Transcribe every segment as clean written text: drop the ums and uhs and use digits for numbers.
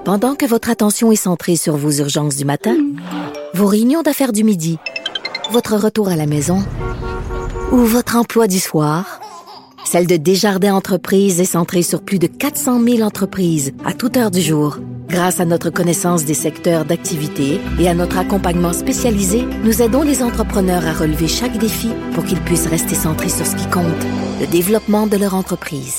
Pendant que votre attention est centrée sur vos urgences du matin, vos réunions d'affaires du midi, votre retour à la maison ou votre emploi du soir, celle de Desjardins Entreprises est centrée sur plus de 400 000 entreprises à toute heure du jour. Grâce à notre connaissance des secteurs d'activité et à notre accompagnement spécialisé, nous aidons les entrepreneurs à relever chaque défi pour qu'ils puissent rester centrés sur ce qui compte, le développement de leur entreprise.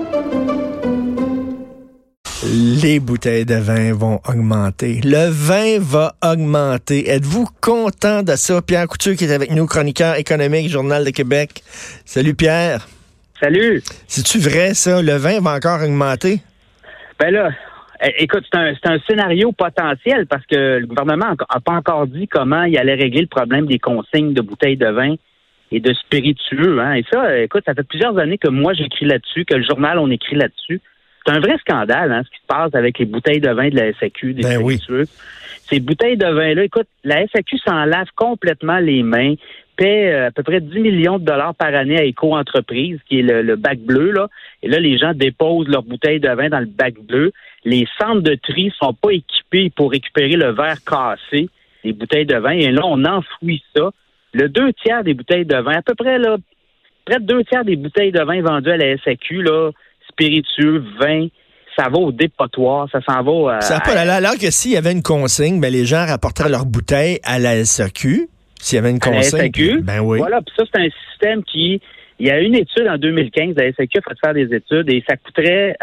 Les bouteilles de vin vont augmenter. Le vin va augmenter. Êtes-vous content de ça? Pierre Couture qui est avec nous, chroniqueur économique, Journal de Québec. Salut Pierre. Salut. C'est-tu vrai ça? Le vin va encore augmenter? Ben là, écoute, c'est un scénario potentiel parce que le gouvernement n'a pas encore dit comment il allait régler le problème des consignes de bouteilles de vin et de spiritueux. Hein. Et ça, écoute, ça fait plusieurs années que moi j'écris là-dessus, que le journal on écrit là-dessus. C'est un vrai scandale, hein, ce qui se passe avec les bouteilles de vin de la SAQ, des spiritueux. Oui. Ces bouteilles de vin-là, écoute, la SAQ s'en lave complètement les mains, paie à peu près 10 millions de dollars par année à Éco-Entreprise, qui est le bac bleu, là. Et là, les gens déposent leurs bouteilles de vin dans le bac bleu. Les centres de tri sont pas équipés pour récupérer le verre cassé des bouteilles de vin. Et là, on enfouit ça. Le 2/3 des bouteilles de vin, à peu près, là, près de 2/3 des bouteilles de vin vendues à la SAQ, là, spiritueux, vin, ça va au dépotoir, ça s'en va alors que s'il y avait une consigne, ben les gens rapporteraient leurs bouteilles à la SAQ. S'il y avait une consigne. À la SAQ, ben oui. Voilà, puis ça, c'est un système il y a une étude en 2015, la SAQ a fait faire des études et ça coûterait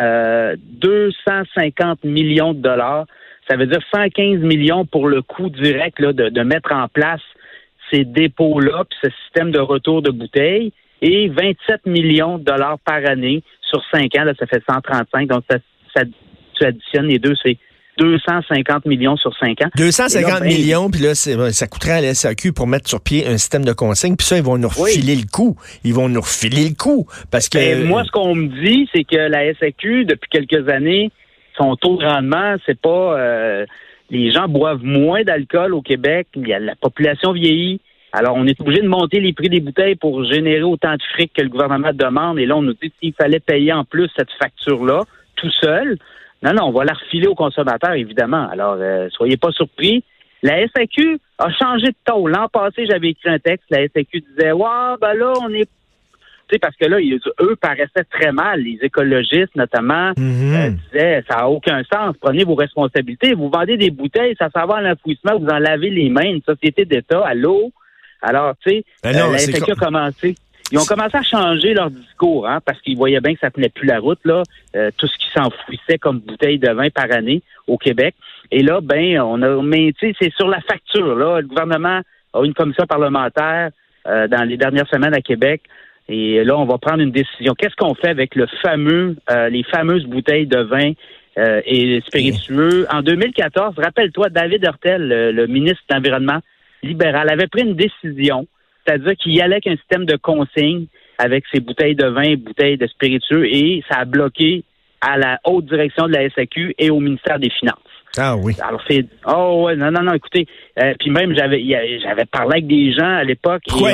250 millions de dollars. Ça veut dire 115 millions pour le coût direct là, de mettre en place ces dépôts-là, puis ce système de retour de bouteilles, et 27 millions de dollars par année sur 5 ans. Là, ça fait 135. Donc, tu additionnes les deux, c'est 250 millions sur 5 ans. 250 millions, puis là, ça coûterait à la SAQ pour mettre sur pied un système de consigne, puis ça, ils vont nous refiler le coup. Ils vont nous refiler le coup, parce que... moi, ce qu'on me dit, c'est que la SAQ, depuis quelques années, son taux de rendement, c'est pas... les gens boivent moins d'alcool au Québec, la population vieillit, alors on est obligé de monter les prix des bouteilles pour générer autant de fric que le gouvernement demande, et là, on nous dit qu'il fallait payer en plus cette facture-là, tout seul. Non, on va la refiler aux consommateurs, évidemment. Alors, soyez pas surpris. La SAQ a changé de ton. L'an passé, j'avais écrit un texte, la SAQ disait « Ouais, ben là, on est... » Tu sais, parce que là, eux paraissaient très mal. Les écologistes, notamment, disaient « Ça n'a aucun sens. Prenez vos responsabilités. Vous vendez des bouteilles, ça s'en va à l'enfouissement, vous en lavez les mains. Une société d'État, à l'eau. » Alors, tu sais, la SAQ a commencé... Ils ont commencé à changer leur discours, hein, parce qu'ils voyaient bien que ça tenait plus la route, là, tout ce qui s'enfouissait comme bouteille de vin par année au Québec. Et là, mais tu sais, c'est sur la facture, là. Le gouvernement a une commission parlementaire dans les dernières semaines à Québec. Et là, on va prendre une décision. Qu'est-ce qu'on fait avec les fameuses bouteilles de vin et spiritueux? En 2014, rappelle-toi, David Hurtel, le ministre de l'Environnement libéral, avait pris une décision. C'est-à-dire qu'il y allait avec un système de consigne avec ses bouteilles de vin, bouteilles de spiritueux, et ça a bloqué à la haute direction de la SAQ et au ministère des Finances. Ah oui. Alors, écoutez, puis même, j'avais parlé avec des gens à l'époque. Pourquoi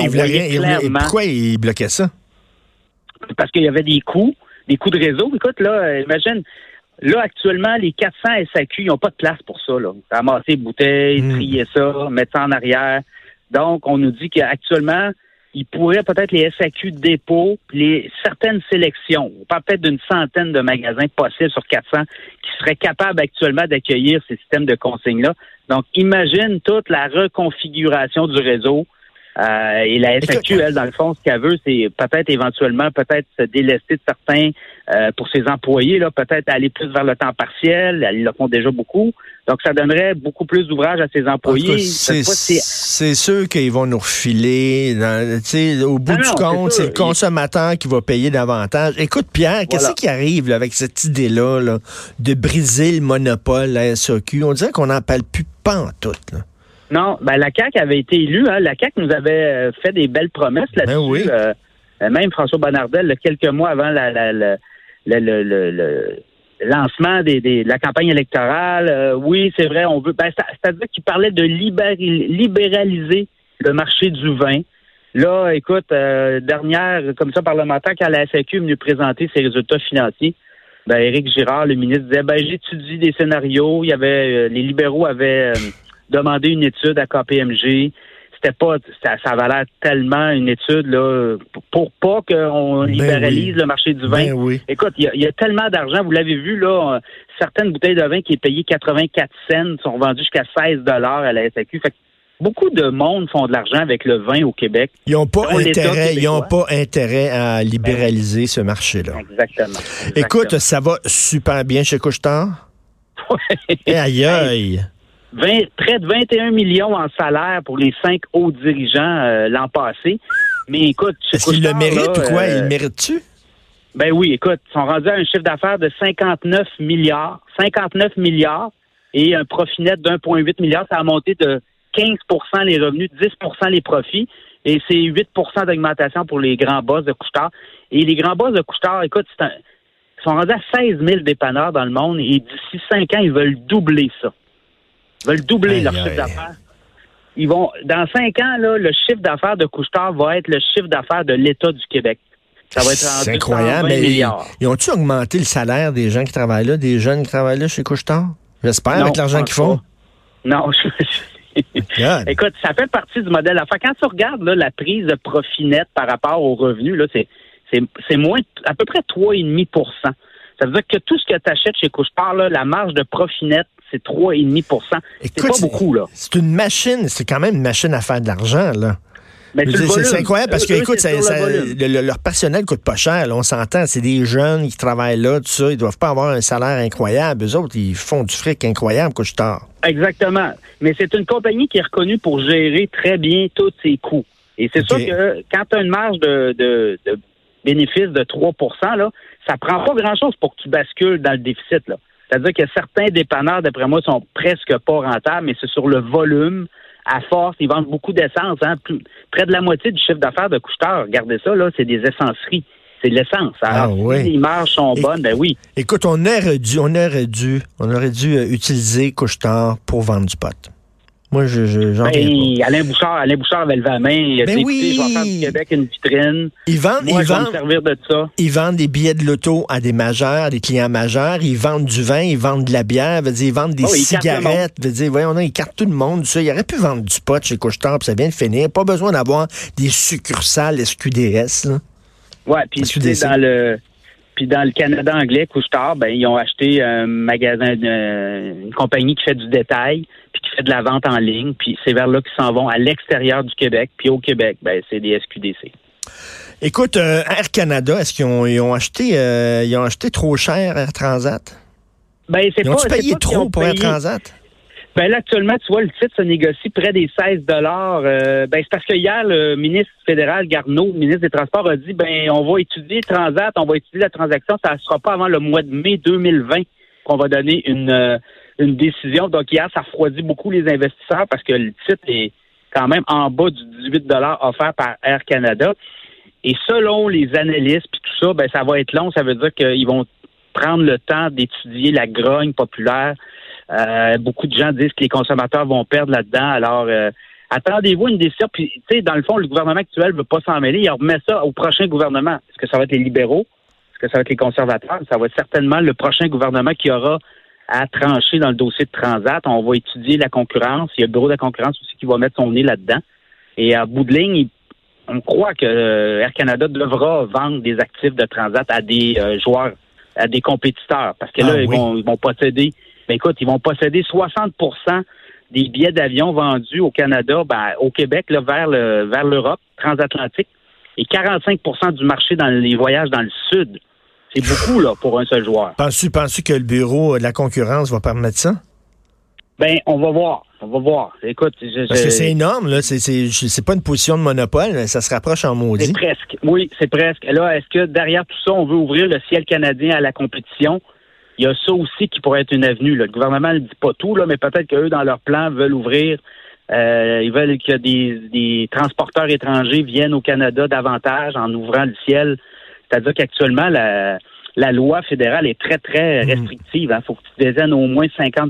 ils bloquaient ça? Parce qu'il y avait des coûts de réseau. Écoute, là, imagine, là, actuellement, les 400 SAQ, ils n'ont pas de place pour ça, là. Ramasser les bouteilles, trier ça, mettre ça en arrière. Donc, on nous dit qu'actuellement, il pourrait peut-être les SAQ de dépôt, certaines sélections, on parle peut-être d'une centaine de magasins possibles sur 400 qui seraient capables actuellement d'accueillir ces systèmes de consignes-là. Donc, imagine toute la reconfiguration du réseau. Et la SAQ, elle, dans le fond, ce qu'elle veut, c'est peut-être éventuellement se délester de certains pour ses employés, là, peut-être aller plus vers le temps partiel. Ils le font déjà beaucoup. Donc, ça donnerait beaucoup plus d'ouvrages à ses employés. C'est sûr qu'ils vont nous refiler. Au bout du compte, c'est le consommateur qui va payer davantage. Écoute, Pierre, qu'est-ce qui arrive là, avec cette idée-là là, de briser le monopole, la SAQ? On dirait qu'on n'en parle plus pantoute, là. Non, la CAQ avait été élue. Hein. La CAQ nous avait fait des belles promesses là-dessus. Ben oui. Même François Bonnardel, quelques mois avant le lancement de la campagne électorale. Oui, c'est vrai, on veut. C'est-à-dire qu'il parlait de libéraliser le marché du vin. Là, écoute, dernière commission parlementaire, quand la SAQ est venue présenter ses résultats financiers, Ben, Éric Girard, le ministre, disait, j'étudie des scénarios. Il y avait, les libéraux avaient demandé une étude à KPMG. Ça valait tellement une étude, là, pour pas qu'on libéralise le marché du vin. Oui. Écoute, il y a tellement d'argent. Vous l'avez vu, là, certaines bouteilles de vin qui est payées 84 cents sont vendues jusqu'à 16 $ à la SAQ. Fait que beaucoup de monde font de l'argent avec le vin au Québec. Ils n'ont pas intérêt à libéraliser ce marché-là. Exactement. Écoute, ça va super bien chez Couche-Tard? Oui. Aïe. Près de 21 millions en salaire pour les 5 hauts dirigeants l'an passé. Mais écoute, est-ce qu'ils le méritent ou quoi? Ils le méritent-tu? Ben oui, écoute, ils sont rendus à un chiffre d'affaires de 59 milliards. 59 milliards et un profit net d'1,8 milliard. Ça a monté de 15 % les revenus, 10 % les profits. Et c'est 8 % d'augmentation pour les grands boss de Couche-Tard. Et les grands boss de Couche-Tard, écoute, ils sont rendus à 16 000 dépanneurs dans le monde. Et d'ici 5 ans, ils veulent doubler ça. Ils veulent doubler leur chiffre d'affaires. Dans 5 ans, là, le chiffre d'affaires de Couche-Tard va être le chiffre d'affaires de l'État du Québec. Ça va être c'est incroyable. Ils ont-tu augmenté le salaire des gens qui travaillent là, des jeunes qui travaillent là chez Couche-Tard? J'espère, avec l'argent qu'ils font. Non, écoute, ça fait partie du modèle d'affaires. Quand tu regardes là, la prise de profit net par rapport aux revenus, là, c'est moins, à peu près 3,5 %. Ça veut dire que tout ce que tu achètes chez Couche-Tard, là, la marge de profit net, c'est 3,5 %. C'est pas beaucoup, là. C'est une machine, c'est quand même une machine à faire de l'argent, là. Mais c'est incroyable parce que, écoute, leur personnel coûte pas cher, là, on s'entend. C'est des jeunes qui travaillent là, tout ça. Ils doivent pas avoir un salaire incroyable. Eux autres, ils font du fric incroyable, Couche-Tard. Exactement. Mais c'est une compagnie qui est reconnue pour gérer très bien tous ses coûts. Et c'est sûr que quand tu as une marge de bénéfice de 3 % là, ça prend pas grand-chose pour que tu bascules dans le déficit, là. C'est-à-dire que certains dépanneurs, d'après moi, sont presque pas rentables, mais c'est sur le volume. À force, ils vendent beaucoup d'essence. Hein? Près de la moitié du chiffre d'affaires de Couche-Tard, regardez ça, là, c'est des essenceries. C'est de l'essence. Alors, si les marges sont bonnes, ben oui. Écoute, on aurait dû utiliser Couche-Tard pour vendre du pot. Moi, j'en reviens pas. Alain Bouchard avait levé la main. Il a dit, écoutez, je vais faire du Québec une vitrine. Je vais me servir de ça. Ils vendent des billets de loto à des majeurs, des clients majeurs. Ils vendent du vin, ils vendent de la bière. Ils vendent des cigarettes. Ils cartent tout le monde. Ça. Ils auraient pu vendre du pot chez Couche-Tard, puis ça vient de finir. Pas besoin d'avoir des succursales SQDS. Là. Ouais, puis dans le Canada anglais, Couche-Tard, ils ont acheté un magasin, une compagnie qui fait du détail, puis qui fait de la vente en ligne, puis c'est vers là qu'ils s'en vont à l'extérieur du Québec, puis au Québec, c'est des SQDC. Écoute, Air Canada, est-ce qu'ils ont acheté trop cher Air Transat? Ils ont-tu payé trop pour Air Transat? Là, actuellement, tu vois, le titre se négocie près des 16 $. C'est parce que hier, le ministre fédéral Garneau, le ministre des Transports, a dit, on va étudier Transat, on va étudier la transaction. Ça ne sera pas avant le mois de mai 2020 qu'on va donner une décision. Donc, hier, ça refroidit beaucoup les investisseurs parce que le titre est quand même en bas du 18 $ offert par Air Canada. Et selon les analystes, puis tout ça, ça va être long. Ça veut dire qu'ils vont prendre le temps d'étudier la grogne populaire. Beaucoup de gens disent que les consommateurs vont perdre là-dedans. Alors, attendez-vous une décision. Puis, tu sais, dans le fond, le gouvernement actuel ne veut pas s'en mêler. Il remet ça au prochain gouvernement. Est-ce que ça va être les libéraux? Est-ce que ça va être les conservateurs? Ça va être certainement le prochain gouvernement qui aura à trancher dans le dossier de Transat. On va étudier la concurrence. Il y a le bureau de la concurrence aussi qui va mettre son nez là-dedans. Et à bout de ligne, on croit que Air Canada devra vendre des actifs de Transat à des joueurs, à des compétiteurs. Parce que là, ils vont posséder... ils vont posséder 60 % des billets d'avion vendus au Canada, au Québec, là, vers l'Europe transatlantique, et 45 % du marché dans les voyages dans le sud. C'est beaucoup là pour un seul joueur. Penses-tu que le bureau de la concurrence va permettre ça? On va voir. Écoute, parce que c'est énorme, là. C'est pas une position de monopole, mais ça se rapproche en maudit. C'est presque. Oui, c'est presque. Là, est-ce que derrière tout ça, on veut ouvrir le ciel canadien à la compétition? Il y a ça aussi qui pourrait être une avenue. Là. Le gouvernement ne dit pas tout, là, mais peut-être qu'eux, dans leur plan, veulent ouvrir. Ils veulent que des transporteurs étrangers viennent au Canada davantage en ouvrant le ciel. C'est-à-dire qu'actuellement, la loi fédérale est très, très restrictive. Il faut que tu désignes au moins 50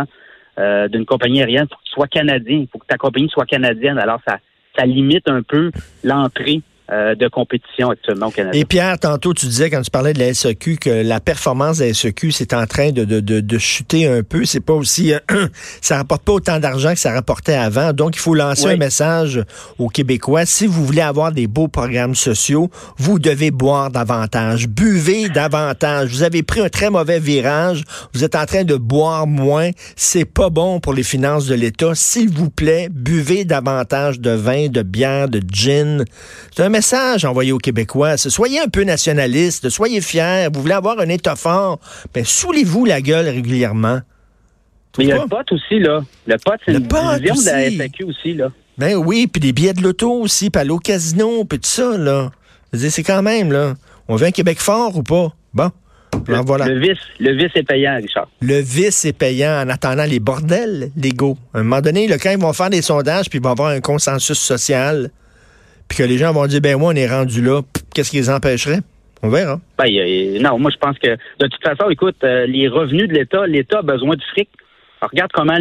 % d'une compagnie aérienne. Il faut que tu sois canadien. Il faut que ta compagnie soit canadienne. Alors, ça limite un peu l'entrée de compétition actuellement au Canada. Et Pierre, tantôt, tu disais, quand tu parlais de la SAQ, que la performance de la SAQ, c'est en train de chuter un peu. C'est pas aussi... ça rapporte pas autant d'argent que ça rapportait avant. Donc, il faut lancer un message aux Québécois. Si vous voulez avoir des beaux programmes sociaux, vous devez boire davantage. Buvez davantage. Vous avez pris un très mauvais virage. Vous êtes en train de boire moins. C'est pas bon pour les finances de l'État. S'il vous plaît, buvez davantage de vin, de bière, de gin. C'est un message envoyé aux Québécois. Soyez un peu nationaliste, soyez fiers. Vous voulez avoir un État fort, ben saoulez-vous la gueule régulièrement. Mais il y a le pot aussi, là. Le pot, c'est une division de la SAQ aussi, là. Ben oui, puis des billets de loto aussi, puis aller au casino, puis tout ça, là. C'est quand même, là. On veut un Québec fort ou pas? Bon. Alors, voilà. Le vice est payant, Richard. Le vice est payant en attendant les bordels légaux. À un moment donné, là, quand ils vont faire des sondages, puis il va y avoir un consensus social, puis que les gens vont dire, ben moi, on est rendu là, qu'est-ce qui les empêcherait? On verra. Ben, non, moi, je pense que, de toute façon, écoute, les revenus de l'État a besoin de fric. Alors, regarde comment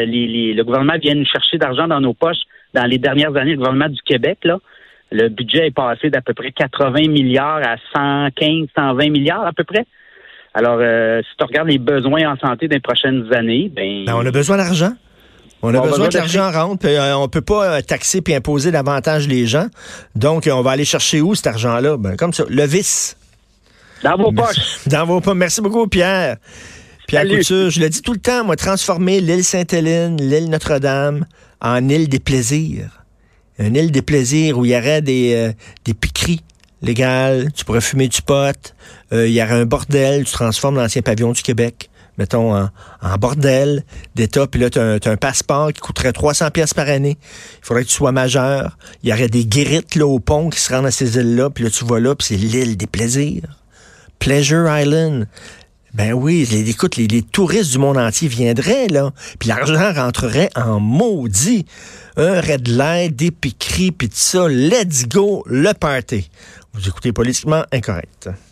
le gouvernement vient nous chercher d'argent dans nos poches dans les dernières années, le gouvernement du Québec, là. Le budget est passé d'à peu près 80 milliards à 115, 120 milliards à peu près. Alors, si tu regardes les besoins en santé des prochaines années, ben on a besoin d'argent. On a besoin que l'argent rentre. On peut pas taxer puis imposer davantage les gens. Donc, on va aller chercher où cet argent-là? Ben, comme ça, le vice. Dans vos poches. Dans vos poches. Merci beaucoup, Pierre. Pierre Couture, je le dis tout le temps, moi, transformer l'île Sainte-Hélène, l'île Notre-Dame en île des plaisirs. Une île des plaisirs où il y aurait des piqueries légales, tu pourrais fumer du pot, il y aurait un bordel, tu transformes l'ancien pavillon du Québec, mettons, en bordel d'État, puis là, tu as un passeport qui coûterait 300 pièces par année. Il faudrait que tu sois majeur. Il y aurait des guérites là, au pont qui se rendent à ces îles-là, puis là, tu vas là, puis c'est l'île des plaisirs. Pleasure Island. Ben oui, écoute, les touristes du monde entier viendraient, là, puis l'argent rentrerait en maudit. Un red light, des piqueries, puis tout ça, let's go, le party. Vous écoutez Politiquement Incorrect.